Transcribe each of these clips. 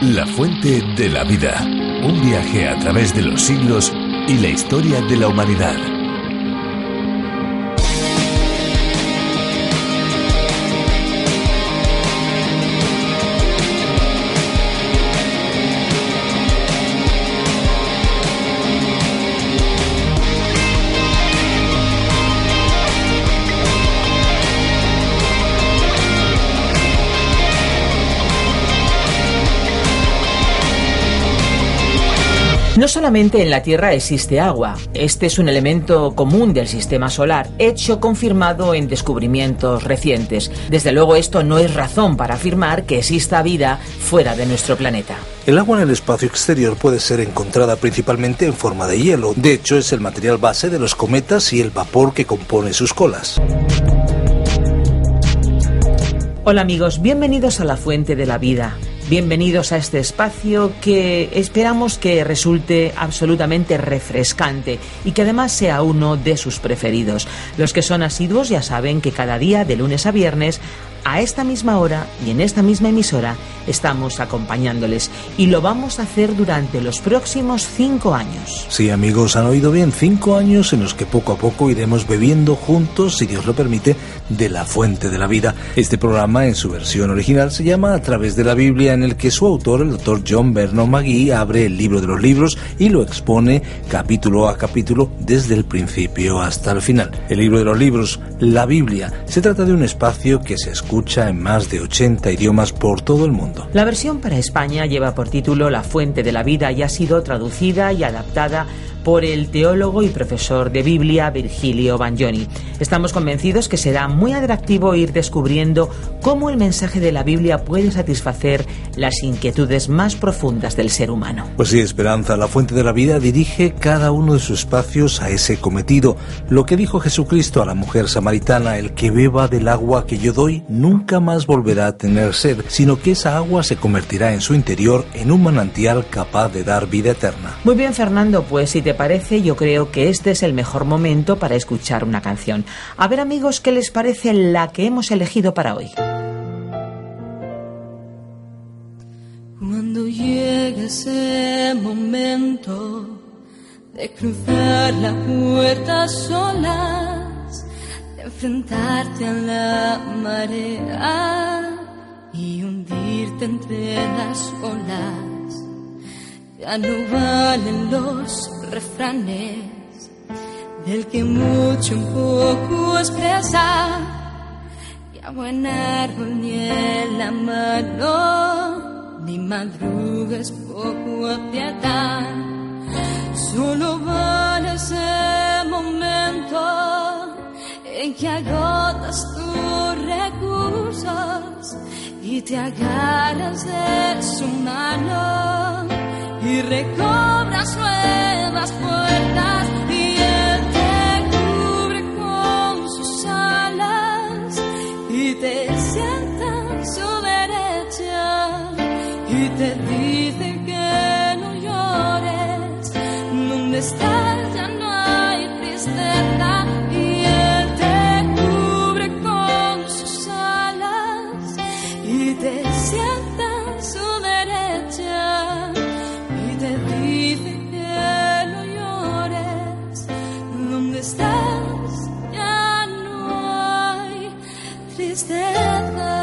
La fuente de la vida. Un viaje a través de los siglos y la historia de la humanidad. No solamente en la Tierra existe agua, este es un elemento común del sistema solar, hecho confirmado en descubrimientos recientes. Desde luego esto no es razón para afirmar que exista vida fuera de nuestro planeta. El agua en el espacio exterior puede ser encontrada principalmente en forma de hielo. De hecho, es el material base de los cometas y el vapor que compone sus colas. Hola amigos, bienvenidos a la Fuente de la Vida. Bienvenidos a este espacio que esperamos que resulte absolutamente refrescante y que además sea uno de sus preferidos. Los que son asiduos ya saben que cada día, de lunes a viernes, a esta misma hora y en esta misma emisora, estamos acompañándoles y lo vamos a hacer durante los próximos 5 años. Sí, amigos, han oído bien, 5 años en los que poco a poco iremos bebiendo juntos, si Dios lo permite, de la Fuente de la Vida. Este programa, en su versión original, se llama A través de la Biblia, en el que su autor, el Dr. John Vernon McGee, abre el libro de los libros y lo expone capítulo a capítulo desde el principio hasta el final. El libro de los libros, la Biblia, se trata de un espacio que se escucha en más de 80 idiomas por todo el mundo. La versión para España lleva por título La Fuente de la Vida y ha sido traducida y adaptada por el teólogo y profesor de Biblia Virgilio Bagnoni. Estamos convencidos que será muy atractivo ir descubriendo cómo el mensaje de la Biblia puede satisfacer las inquietudes más profundas del ser humano. Pues sí, Esperanza, la Fuente de la Vida dirige cada uno de sus espacios a ese cometido. Lo que dijo Jesucristo a la mujer samaritana: el que beba del agua que yo doy nunca más volverá a tener sed, sino que esa agua se convertirá en su interior en un manantial capaz de dar vida eterna. Muy bien, Fernando, pues si te parece, yo creo que este es el mejor momento para escuchar una canción. A ver, amigos, ¿qué les parece la que hemos elegido para hoy? Cuando llegue ese momento de cruzar la puerta solas, de enfrentarte a la marea y hundirte entre las olas, ya no valen los refranes del que mucho en poco expresa, y a buen árbol ni en la mano, ni madrugues poco aprieta. Solo vale ese momento en que agotas tus recursos y te agarras de su mano y recobras nuevas puertas, y él te cubre con sus alas y te sienta en su derecha y te dice que no llores, donde estás ya no hay tristeza, y él te cubre con sus alas y te sienta en su derecha y te dice que no llores, donde estás ya no hay tristeza.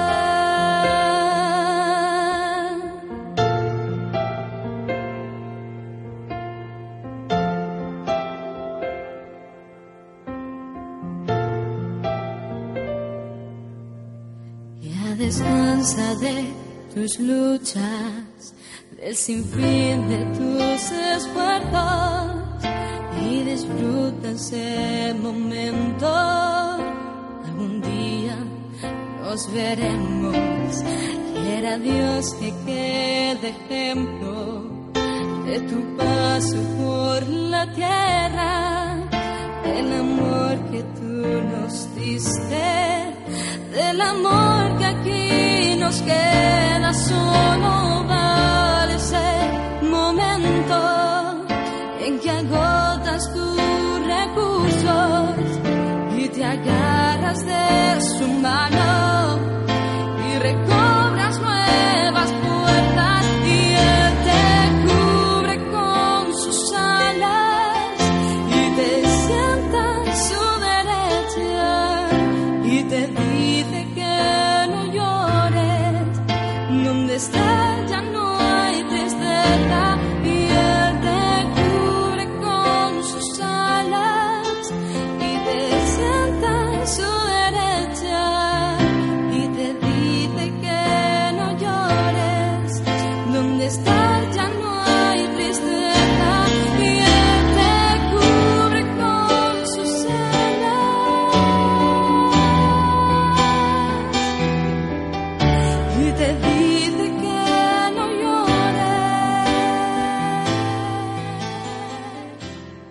Ya descansa de tus luchas, del sinfín de tus esfuerzos, y disfruta ese momento. Algún día nos veremos, quiera Dios que quede ejemplo de tu paso por la tierra, del amor que tú nos diste, del amor que aquí nos queda. Solo vale ese momento en que agotas tus recursos y te agarras de su mano y recobras nuevas puertas, y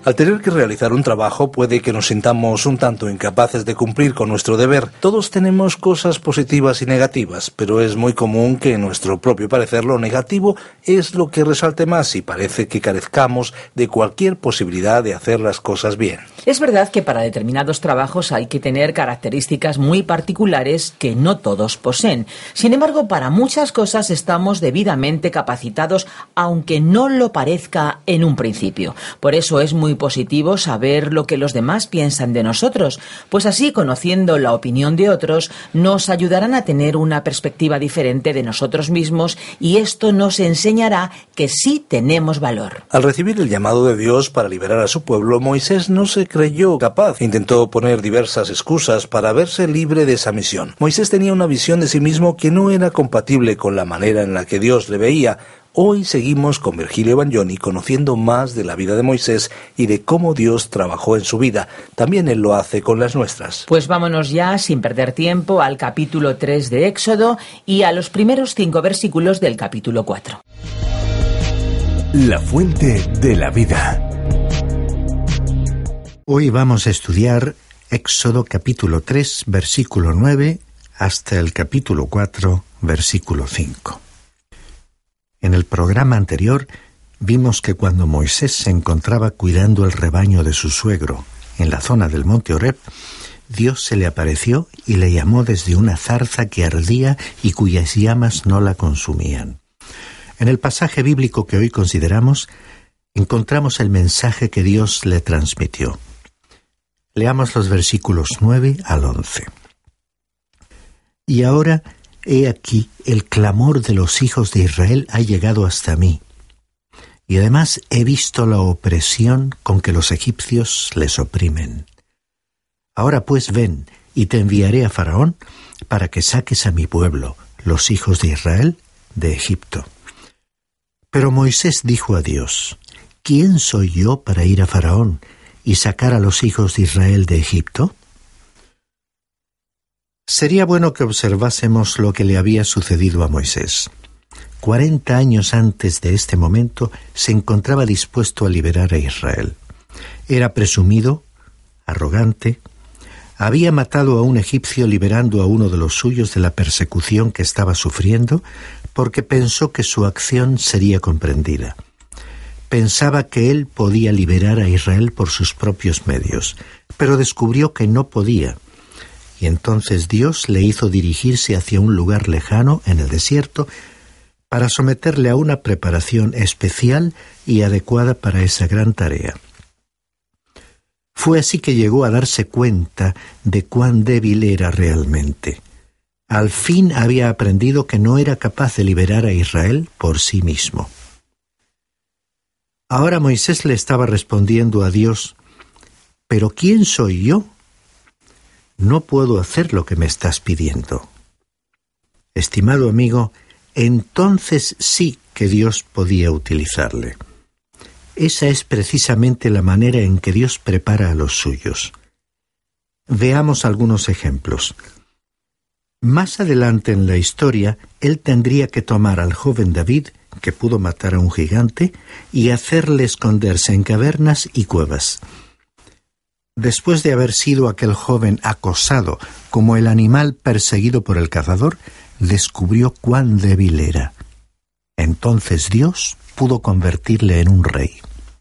Al tener que realizar un trabajo puede que nos sintamos un tanto incapaces de cumplir con nuestro deber. Todos tenemos cosas positivas y negativas, pero es muy común que en nuestro propio parecer lo negativo es lo que resalte más y parece que carezcamos de cualquier posibilidad de hacer las cosas bien. Es verdad que para determinados trabajos hay que tener características muy particulares que no todos poseen. Sin embargo, para muchas cosas estamos debidamente capacitados, aunque no lo parezca en un principio. Por eso es muy positivo saber lo que los demás piensan de nosotros, pues así, conociendo la opinión de otros, nos ayudarán a tener una perspectiva diferente de nosotros mismos y esto nos enseñará que sí tenemos valor. Al recibir el llamado de Dios para liberar a su pueblo, Moisés no se creyó capaz. Intentó poner diversas excusas para verse libre de esa misión. Moisés tenía una visión de sí mismo que no era compatible con la manera en la que Dios le veía. Hoy seguimos con Virgilio Bagnoni conociendo más de la vida de Moisés y de cómo Dios trabajó en su vida. También Él lo hace con las nuestras. Pues vámonos ya, sin perder tiempo, al capítulo 3 de Éxodo y a los primeros 5 versículos del capítulo 4. La fuente de la vida. Hoy vamos a estudiar Éxodo capítulo 3, versículo 9, hasta el capítulo 4, versículo 5. En el programa anterior vimos que cuando Moisés se encontraba cuidando el rebaño de su suegro en la zona del monte Horeb, Dios se le apareció y le llamó desde una zarza que ardía y cuyas llamas no la consumían. En el pasaje bíblico que hoy consideramos, encontramos el mensaje que Dios le transmitió. Leamos los versículos 9 al 11. Y ahora, he aquí, el clamor de los hijos de Israel ha llegado hasta mí. Y además he visto la opresión con que los egipcios les oprimen. Ahora pues ven, y te enviaré a Faraón para que saques a mi pueblo, los hijos de Israel, de Egipto. Pero Moisés dijo a Dios, ¿quién soy yo para ir a Faraón y sacar a los hijos de Israel de Egipto? Sería bueno que observásemos lo que le había sucedido a Moisés. 40 años antes de este momento se encontraba dispuesto a liberar a Israel. Era presumido, arrogante, había matado a un egipcio liberando a uno de los suyos de la persecución que estaba sufriendo porque pensó que su acción sería comprendida. Pensaba que él podía liberar a Israel por sus propios medios, pero descubrió que no podía. Y entonces Dios le hizo dirigirse hacia un lugar lejano, en el desierto, para someterle a una preparación especial y adecuada para esa gran tarea. Fue así que llegó a darse cuenta de cuán débil era realmente. Al fin había aprendido que no era capaz de liberar a Israel por sí mismo. Ahora Moisés le estaba respondiendo a Dios, ¿pero quién soy yo? No puedo hacer lo que me estás pidiendo. Estimado amigo, entonces sí que Dios podía utilizarle. Esa es precisamente la manera en que Dios prepara a los suyos. Veamos algunos ejemplos. Más adelante en la historia, él tendría que tomar al joven David, que pudo matar a un gigante, y hacerle esconderse en cavernas y cuevas. Después de haber sido aquel joven acosado como el animal perseguido por el cazador, descubrió cuán débil era. Entonces Dios pudo convertirle en un rey.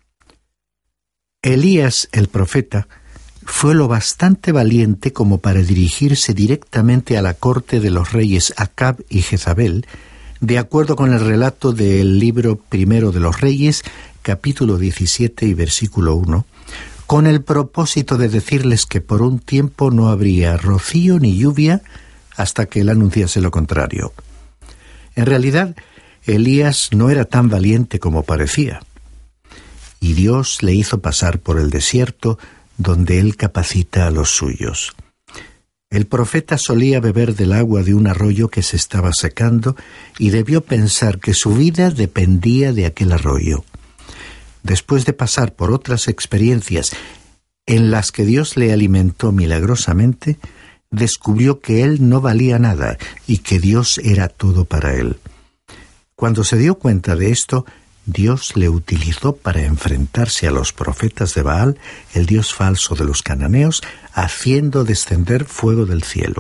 Elías, el profeta, fue lo bastante valiente como para dirigirse directamente a la corte de los reyes Acab y Jezabel, de acuerdo con el relato del libro primero de los Reyes, capítulo 17 y versículo 1, con el propósito de decirles que por un tiempo no habría rocío ni lluvia hasta que él anunciase lo contrario. En realidad, Elías no era tan valiente como parecía, y Dios le hizo pasar por el desierto donde él capacita a los suyos. El profeta solía beber del agua de un arroyo que se estaba secando y debió pensar que su vida dependía de aquel arroyo. Después de pasar por otras experiencias en las que Dios le alimentó milagrosamente, descubrió que él no valía nada y que Dios era todo para él. Cuando se dio cuenta de esto, Dios le utilizó para enfrentarse a los profetas de Baal, el dios falso de los cananeos, haciendo descender fuego del cielo.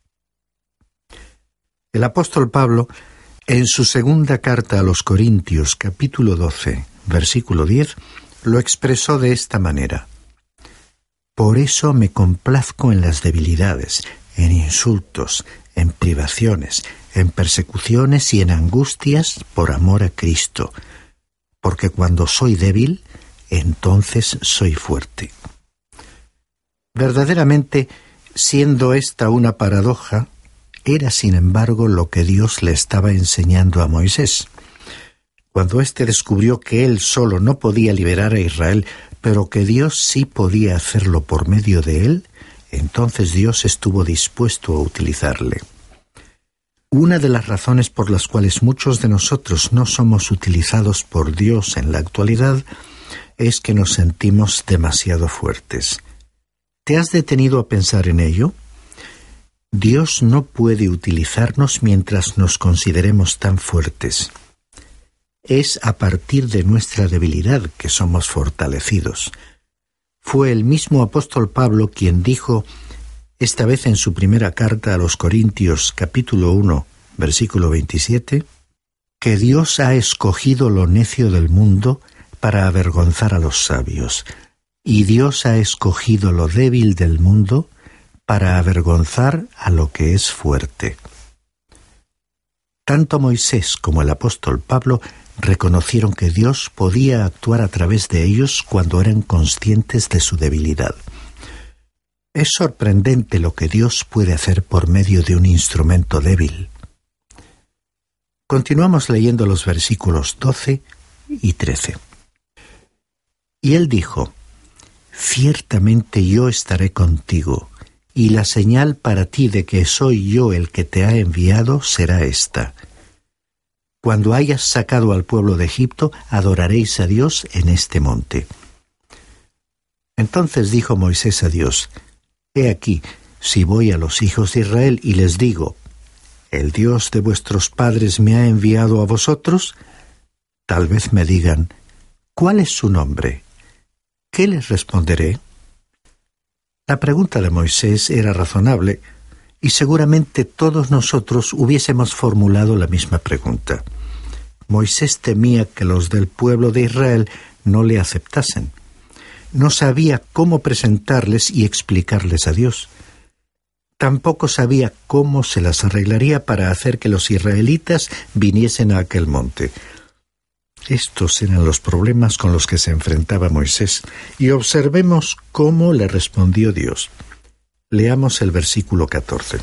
El apóstol Pablo, en su segunda carta a los Corintios, capítulo 12, versículo 10, lo expresó de esta manera: Por eso me complazco en las debilidades, en insultos, en privaciones, en persecuciones y en angustias por amor a Cristo, porque cuando soy débil, entonces soy fuerte. Verdaderamente, siendo esta una paradoja, era sin embargo lo que Dios le estaba enseñando a Moisés. Cuando éste descubrió que él solo no podía liberar a Israel, pero que Dios sí podía hacerlo por medio de él, entonces Dios estuvo dispuesto a utilizarle. Una de las razones por las cuales muchos de nosotros no somos utilizados por Dios en la actualidad es que nos sentimos demasiado fuertes. ¿Te has detenido a pensar en ello? Dios no puede utilizarnos mientras nos consideremos tan fuertes. Es a partir de nuestra debilidad que somos fortalecidos. Fue el mismo apóstol Pablo quien dijo, esta vez en su primera carta a los Corintios, capítulo 1, versículo 27, que Dios ha escogido lo necio del mundo para avergonzar a los sabios, y Dios ha escogido lo débil del mundo para avergonzar a lo que es fuerte. Tanto Moisés como el apóstol Pablo reconocieron que Dios podía actuar a través de ellos cuando eran conscientes de su debilidad. Es sorprendente lo que Dios puede hacer por medio de un instrumento débil. Continuamos leyendo los versículos 12 y 13. Y él dijo, «Ciertamente yo estaré contigo, y la señal para ti de que soy yo el que te ha enviado será esta. Cuando hayas sacado al pueblo de Egipto, adoraréis a Dios en este monte». Entonces dijo Moisés a Dios, «He aquí, si voy a los hijos de Israel y les digo, ¿el Dios de vuestros padres me ha enviado a vosotros?, tal vez me digan, ¿cuál es su nombre? ¿Qué les responderé?». La pregunta de Moisés era razonable, y seguramente todos nosotros hubiésemos formulado la misma pregunta. Moisés temía que los del pueblo de Israel no le aceptasen. No sabía cómo presentarles y explicarles a Dios. Tampoco sabía cómo se las arreglaría para hacer que los israelitas viniesen a aquel monte. Estos eran los problemas con los que se enfrentaba Moisés, y observemos cómo le respondió Dios. Leamos el versículo 14.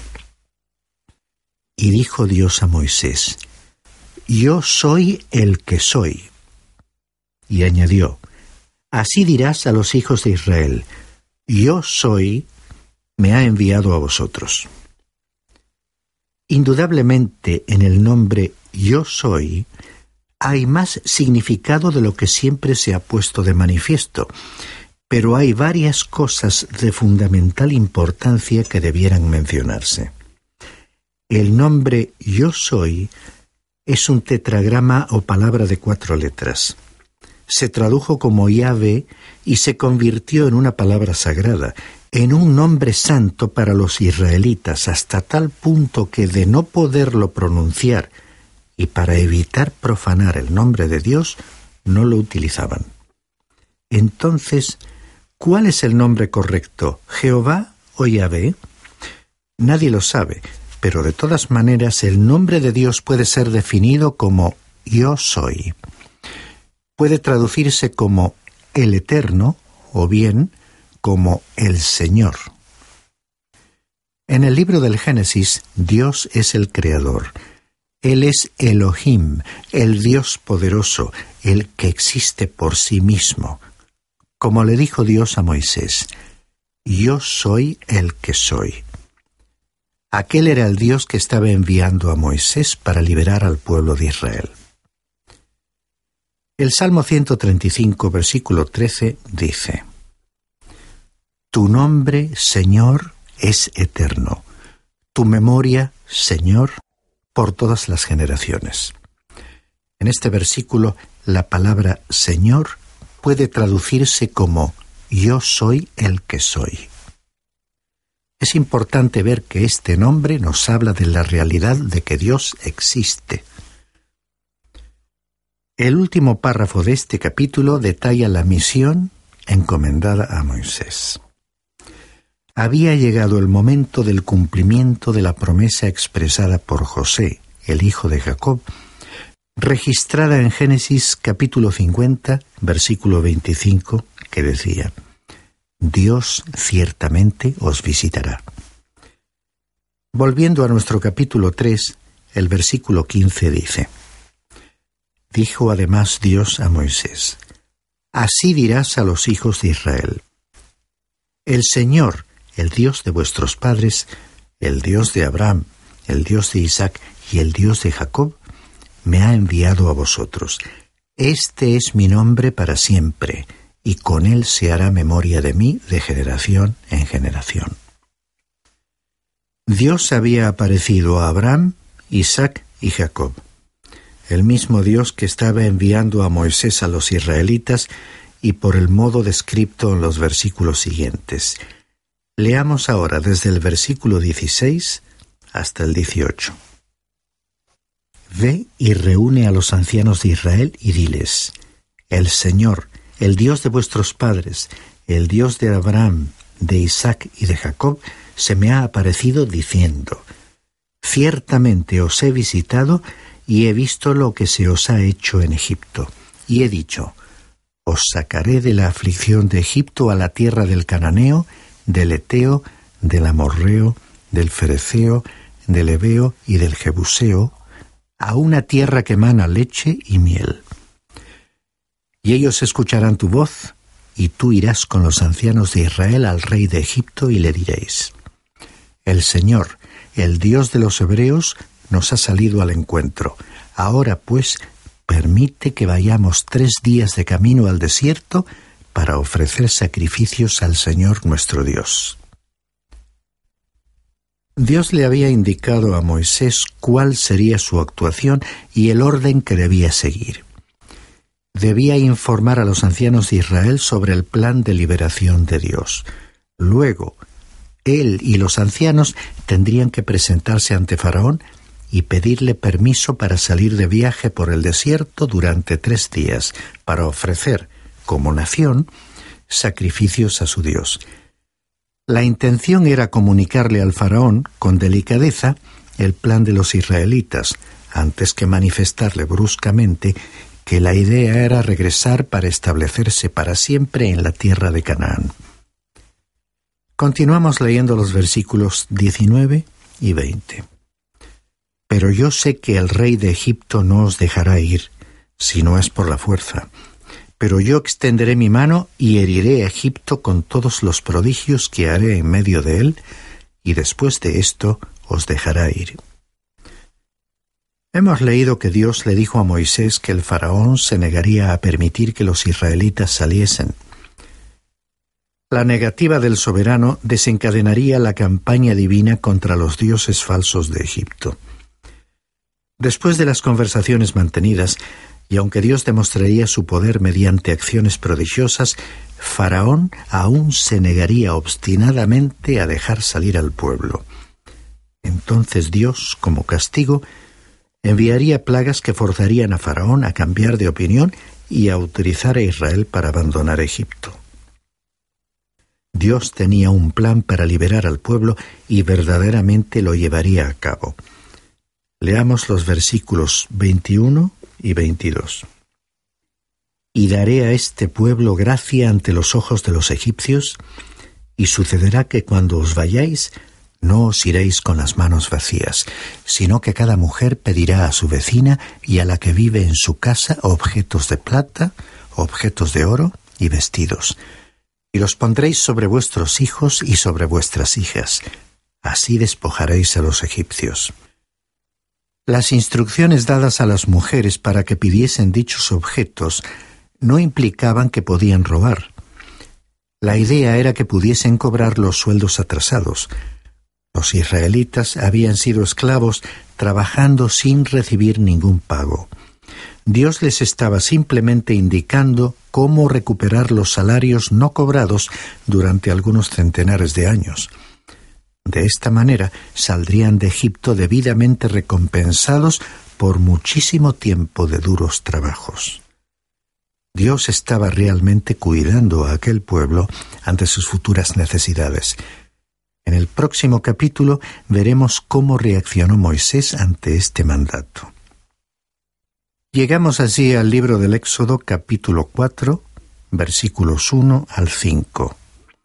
Y dijo Dios a Moisés, «Yo soy el que soy». Y añadió, «Así dirás a los hijos de Israel, yo soy, me ha enviado a vosotros». Indudablemente en el nombre yo soy hay más significado de lo que siempre se ha puesto de manifiesto, pero hay varias cosas de fundamental importancia que debieran mencionarse. El nombre yo soy es un tetragrama o palabra de 4 letras. Se tradujo como Yahvé y se convirtió en una palabra sagrada, en un nombre santo para los israelitas, hasta tal punto que de no poderlo pronunciar y para evitar profanar el nombre de Dios, no lo utilizaban. Entonces, ¿cuál es el nombre correcto? ¿Jehová o Yahvé? Nadie lo sabe, pero de todas maneras el nombre de Dios puede ser definido como yo soy. Puede traducirse como el Eterno o bien como el Señor. En el libro del Génesis, Dios es el Creador. Él es Elohim, el Dios poderoso, el que existe por sí mismo. Como le dijo Dios a Moisés, yo soy el que soy. Aquel era el Dios que estaba enviando a Moisés para liberar al pueblo de Israel. El Salmo 135, versículo 13, dice, «Tu nombre, Señor, es eterno. Tu memoria, Señor, por todas las generaciones». En En este versículo, la palabra Señor puede traducirse como Yo soy el que soy. Es importante ver que este nombre nos habla de la realidad de que Dios existe. El último párrafo de este capítulo detalla la misión encomendada a Moisés. Había llegado el momento del cumplimiento de la promesa expresada por José, el hijo de Jacob, registrada en Génesis capítulo 50, versículo 25, que decía: Dios ciertamente os visitará. Volviendo a nuestro capítulo 3, el versículo 15 dice: Dijo además Dios a Moisés: Así dirás a los hijos de Israel: El Señor, el Dios de vuestros padres, el Dios de Abraham, el Dios de Isaac y el Dios de Jacob, me ha enviado a vosotros. Este es mi nombre para siempre, y con él se hará memoria de mí de generación en generación. Dios había aparecido a Abraham, Isaac y Jacob. El mismo Dios que estaba enviando a Moisés a los israelitas y por el modo descrito en los versículos siguientes. Leamos ahora desde el versículo 16 hasta el 18. Ve y reúne a los ancianos de Israel y diles: El Señor, el Dios de vuestros padres, el Dios de Abraham, de Isaac y de Jacob, se me ha aparecido diciendo: Ciertamente os he visitado y he visto lo que se os ha hecho en Egipto. Y he dicho: Os sacaré de la aflicción de Egipto a la tierra del Cananeo, del Eteo, del Amorreo, del Fereceo, del Heveo y del Jebuseo, a una tierra que mana leche y miel. Y ellos escucharán tu voz, y tú irás con los ancianos de Israel al rey de Egipto y le diréis: El Señor, el Dios de los hebreos, nos ha salido al encuentro. Ahora, pues, permite que vayamos 3 días de camino al desierto para ofrecer sacrificios al Señor nuestro Dios. Dios le había indicado a Moisés cuál sería su actuación y el orden que debía seguir. Debía informar a los ancianos de Israel sobre el plan de liberación de Dios. Luego, él y los ancianos tendrían que presentarse ante Faraón y pedirle permiso para salir de viaje por el desierto durante 3 días, para ofrecer, como nación, sacrificios a su Dios. La intención era comunicarle al faraón, con delicadeza, el plan de los israelitas, antes que manifestarle bruscamente que la idea era regresar para establecerse para siempre en la tierra de Canaán. Continuamos leyendo los versículos 19 y 20. Pero yo sé que el rey de Egipto no os dejará ir, si no es por la fuerza. Pero yo extenderé mi mano y heriré a Egipto con todos los prodigios que haré en medio de él, y después de esto os dejará ir. Hemos leído que Dios le dijo a Moisés que el faraón se negaría a permitir que los israelitas saliesen. La negativa del soberano desencadenaría la campaña divina contra los dioses falsos de Egipto. Después de las conversaciones mantenidas, y aunque Dios demostraría su poder mediante acciones prodigiosas, Faraón aún se negaría obstinadamente a dejar salir al pueblo. Entonces Dios, como castigo, enviaría plagas que forzarían a Faraón a cambiar de opinión y a autorizar a Israel para abandonar Egipto. Dios tenía un plan para liberar al pueblo y verdaderamente lo llevaría a cabo. Leamos los versículos 21 y 22. Y daré a este pueblo gracia ante los ojos de los egipcios, y sucederá que cuando os vayáis, no os iréis con las manos vacías, sino que cada mujer pedirá a su vecina y a la que vive en su casa objetos de plata, objetos de oro y vestidos. Y los pondréis sobre vuestros hijos y sobre vuestras hijas. Así despojaréis a los egipcios. Las instrucciones dadas a las mujeres para que pidiesen dichos objetos no implicaban que podían robar. La idea era que pudiesen cobrar los sueldos atrasados. Los israelitas habían sido esclavos trabajando sin recibir ningún pago. Dios les estaba simplemente indicando cómo recuperar los salarios no cobrados durante algunos centenares de años. De esta manera saldrían de Egipto debidamente recompensados por muchísimo tiempo de duros trabajos. Dios estaba realmente cuidando a aquel pueblo ante sus futuras necesidades. En el próximo capítulo veremos cómo reaccionó Moisés ante este mandato. Llegamos así al libro del Éxodo, capítulo 4, versículos 1 al 5.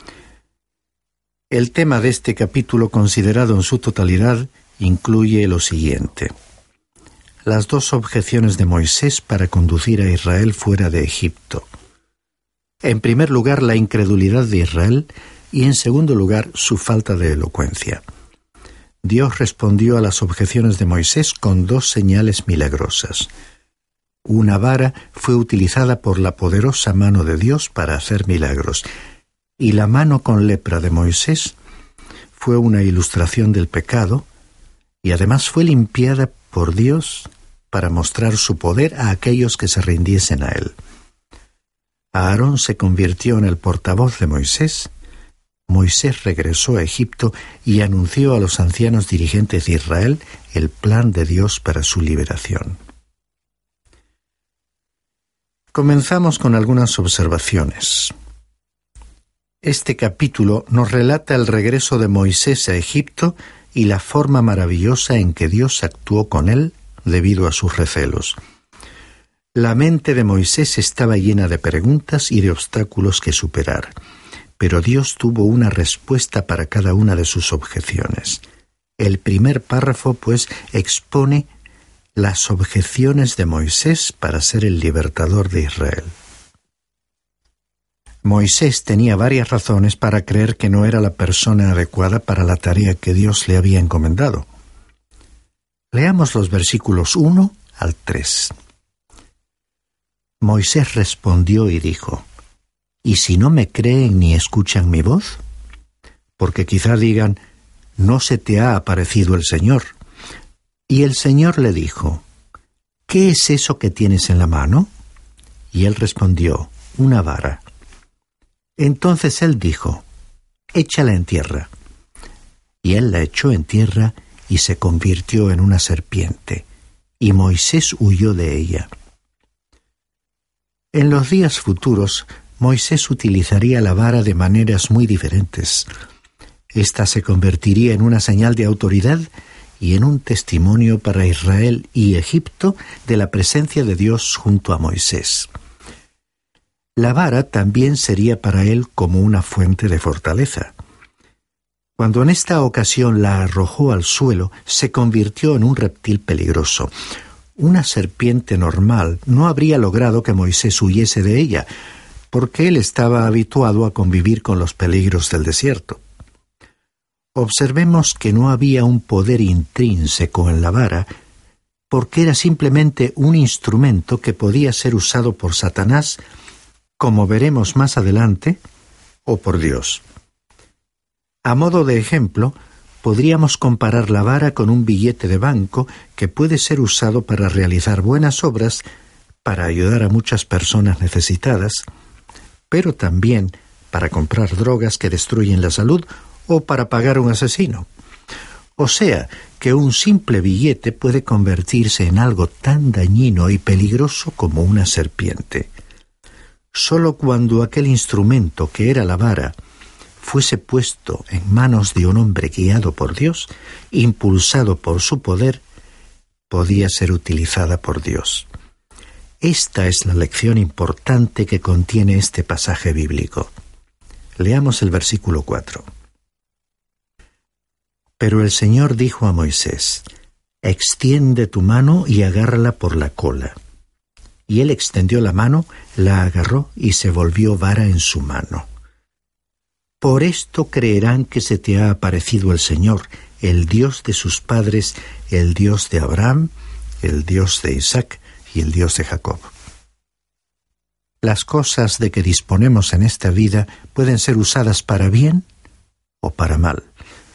El tema de este capítulo, considerado en su totalidad, incluye lo siguiente: las dos objeciones de Moisés para conducir a Israel fuera de Egipto. En primer lugar, la incredulidad de Israel y, en segundo lugar, su falta de elocuencia. Dios respondió a las objeciones de Moisés con dos señales milagrosas. Una vara fue utilizada por la poderosa mano de Dios para hacer milagros, y la mano con lepra de Moisés fue una ilustración del pecado, y además fue limpiada por Dios para mostrar su poder a aquellos que se rindiesen a él. Aarón se convirtió en el portavoz de Moisés. Moisés regresó a Egipto y anunció a los ancianos dirigentes de Israel el plan de Dios para su liberación. Comenzamos con algunas observaciones. Este capítulo nos relata el regreso de Moisés a Egipto y la forma maravillosa en que Dios actuó con él debido a sus recelos. La mente de Moisés estaba llena de preguntas y de obstáculos que superar, pero Dios tuvo una respuesta para cada una de sus objeciones. El primer párrafo, pues, expone las objeciones de Moisés para ser el libertador de Israel. Moisés tenía varias razones para creer que no era la persona adecuada para la tarea que Dios le había encomendado. Leamos los versículos 1 al 3. Moisés respondió y dijo: ¿Y si no me creen ni escuchan mi voz? Porque quizá digan: ¿no se te ha aparecido el Señor? Y el Señor le dijo: ¿qué es eso que tienes en la mano? Y él respondió: una vara. Entonces él dijo: échala en tierra. Y él la echó en tierra y se convirtió en una serpiente, y Moisés huyó de ella. En los días futuros, Moisés utilizaría la vara de maneras muy diferentes. Esta se convertiría en una señal de autoridad y en un testimonio para Israel y Egipto de la presencia de Dios junto a Moisés. La vara también sería para él como una fuente de fortaleza. Cuando en esta ocasión la arrojó al suelo, se convirtió en un reptil peligroso. Una serpiente normal no habría logrado que Moisés huyese de ella, porque él estaba habituado a convivir con los peligros del desierto. Observemos que no había un poder intrínseco en la vara, porque era simplemente un instrumento que podía ser usado por Satanás, como veremos más adelante, o por Dios. A modo de ejemplo, podríamos comparar la vara con un billete de banco que puede ser usado para realizar buenas obras, para ayudar a muchas personas necesitadas, pero también para comprar drogas que destruyen la salud o para pagar a un asesino. O sea, que un simple billete puede convertirse en algo tan dañino y peligroso como una serpiente. Solo cuando aquel instrumento que era la vara fuese puesto en manos de un hombre guiado por Dios, impulsado por su poder, podía ser utilizada por Dios. Esta es la lección importante que contiene este pasaje bíblico. Leamos el versículo 4. Pero el Señor dijo a Moisés: extiende tu mano y agárrala por la cola. Y él extendió la mano, la agarró y se volvió vara en su mano. Por esto creerán que se te ha aparecido el Señor, el Dios de sus padres, el Dios de Abraham, el Dios de Isaac y el Dios de Jacob. Las cosas de que disponemos en esta vida pueden ser usadas para bien o para mal.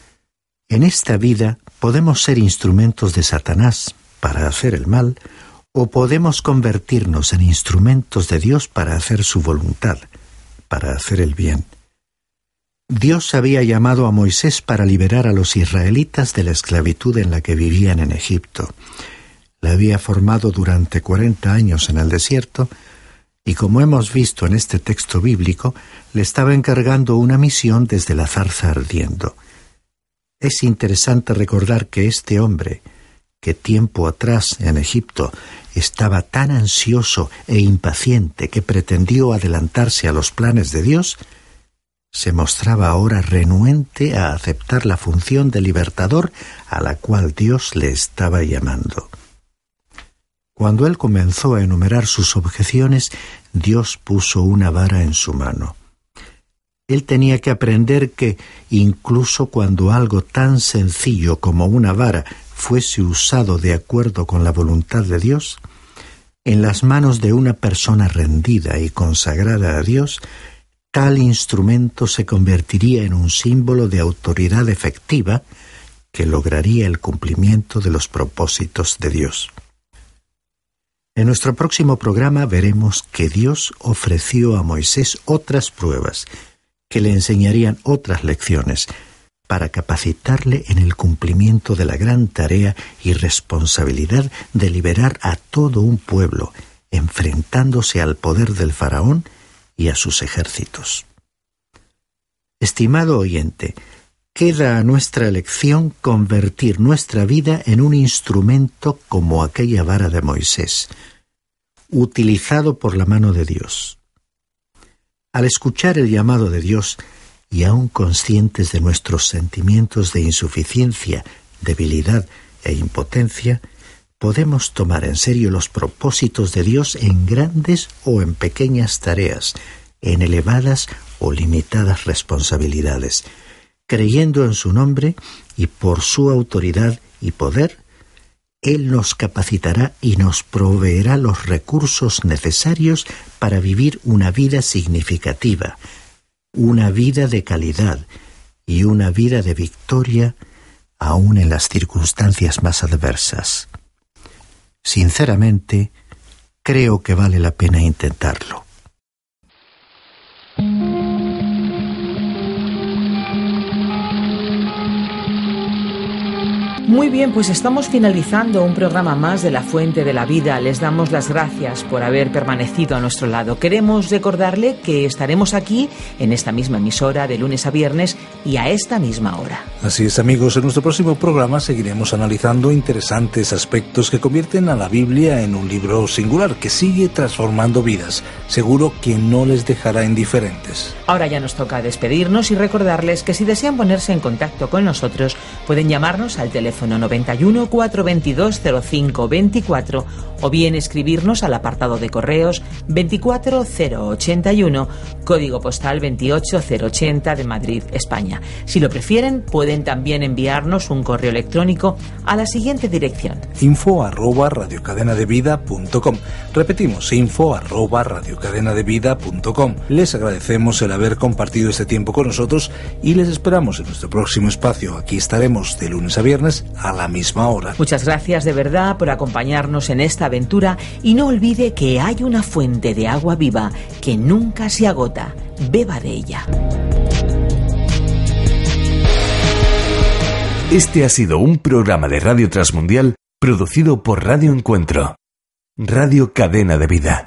En esta vida podemos ser instrumentos de Satanás para hacer el mal, o podemos convertirnos en instrumentos de Dios para hacer su voluntad, para hacer el bien. Dios había llamado a Moisés para liberar a los israelitas de la esclavitud en la que vivían en Egipto. Le había formado durante 40 años en el desierto y, como hemos visto en este texto bíblico, le estaba encargando una misión desde la zarza ardiendo. Es interesante recordar que este hombre, que tiempo atrás en Egipto estaba tan ansioso e impaciente que pretendió adelantarse a los planes de Dios, se mostraba ahora renuente a aceptar la función de libertador a la cual Dios le estaba llamando. Cuando él comenzó a enumerar sus objeciones, Dios puso una vara en su mano. Él tenía que aprender que, incluso cuando algo tan sencillo como una vara fuese usado de acuerdo con la voluntad de Dios, en las manos de una persona rendida y consagrada a Dios, tal instrumento se convertiría en un símbolo de autoridad efectiva que lograría el cumplimiento de los propósitos de Dios. En nuestro próximo programa veremos que Dios ofreció a Moisés otras pruebas que le enseñarían otras lecciones para capacitarle en el cumplimiento de la gran tarea y responsabilidad de liberar a todo un pueblo, enfrentándose al poder del faraón y a sus ejércitos. Estimado oyente, queda a nuestra elección convertir nuestra vida en un instrumento como aquella vara de Moisés, utilizado por la mano de Dios. Al escuchar el llamado de Dios, y aún conscientes de nuestros sentimientos de insuficiencia, debilidad e impotencia, podemos tomar en serio los propósitos de Dios en grandes o en pequeñas tareas, en elevadas o limitadas responsabilidades, creyendo en su nombre y por su autoridad y poder. Él nos capacitará y nos proveerá los recursos necesarios para vivir una vida significativa, una vida de calidad y una vida de victoria aún en las circunstancias más adversas. Sinceramente, creo que vale la pena intentarlo. Muy bien, pues estamos finalizando un programa más de La Fuente de la Vida. Les damos las gracias por haber permanecido a nuestro lado. Queremos recordarle que estaremos aquí en esta misma emisora de lunes a viernes y a esta misma hora. Así es, amigos, en nuestro próximo programa seguiremos analizando interesantes aspectos que convierten a la Biblia en un libro singular que sigue transformando vidas. Seguro que no les dejará indiferentes. Ahora ya nos toca despedirnos y recordarles que si desean ponerse en contacto con nosotros, pueden llamarnos al teléfono 91 422 05 24 o bien escribirnos al apartado de correos 24081, código postal 28080 de Madrid, España. Si lo prefieren, pueden también enviarnos un correo electrónico a la siguiente dirección: info@radiocadenadevida.com. Repetimos, info@radiocadenadevida.com. Les agradecemos el haber compartido este tiempo con nosotros y les esperamos en nuestro próximo espacio. Aquí estaremos de lunes a viernes a la misma hora. Muchas gracias de verdad por acompañarnos en esta aventura y no olvide que hay una fuente de agua viva que nunca se agota. Beba de ella. Este ha sido un programa de Radio Transmundial producido por Radio Encuentro, Radio Cadena de Vida.